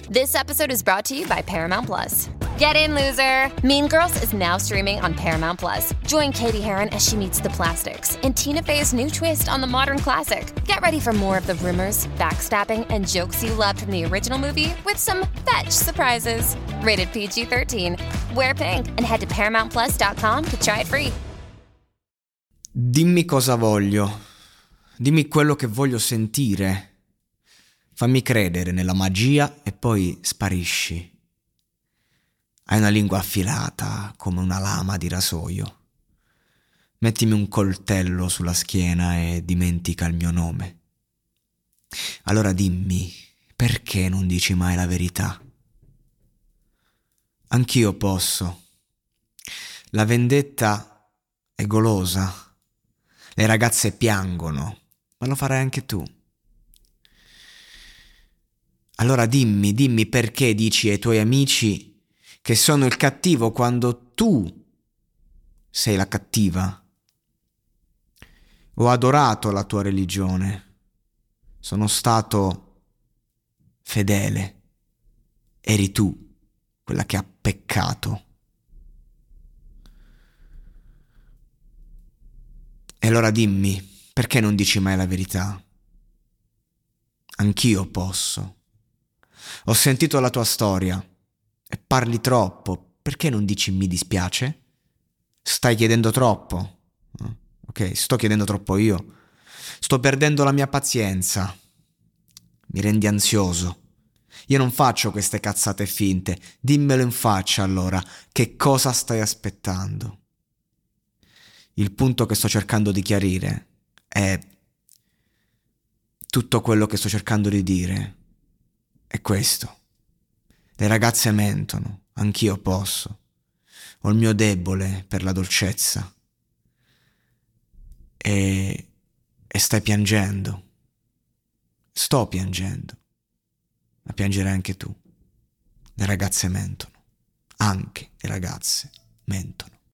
This episode is brought to you by Paramount Plus. Get in, loser! Mean Girls is now streaming on Paramount Plus. Join Katie Heron as she meets the plastics in Tina Fey's new twist on the modern classic. Get ready for more of the rumors, backstabbing, and jokes you loved from the original movie with some fetch surprises. Rated PG-13. Wear pink and head to ParamountPlus.com to try it free. Dimmi cosa voglio. Dimmi quello che voglio sentire. Fammi credere nella magia e poi sparisci. Hai una lingua affilata come una lama di rasoio. Mettimi un coltello sulla schiena e dimentica il mio nome. Allora dimmi, perché non dici mai la verità? Anch'io posso. La vendetta è golosa. Le ragazze piangono, ma lo farai anche tu. Allora dimmi perché dici ai tuoi amici che sono il cattivo quando tu sei la cattiva. Ho adorato la tua religione. Sono stato fedele. Eri tu quella che ha peccato. E allora dimmi, perché non dici mai la verità? Anch'io posso. Ho sentito la tua storia e parli troppo. Perché non dici mi dispiace? Stai chiedendo troppo. Ok, sto chiedendo troppo io. Sto perdendo la mia pazienza. Mi rendi ansioso. Io non faccio queste cazzate finte. Dimmelo in faccia allora. Che cosa stai aspettando? Il punto che sto cercando di chiarire è tutto quello che sto cercando di dire. È questo. Le ragazze mentono, anch'io posso. Ho il mio debole per la dolcezza. E stai piangendo. Sto piangendo. Ma piangerai anche tu. Le ragazze mentono. Anche le ragazze mentono.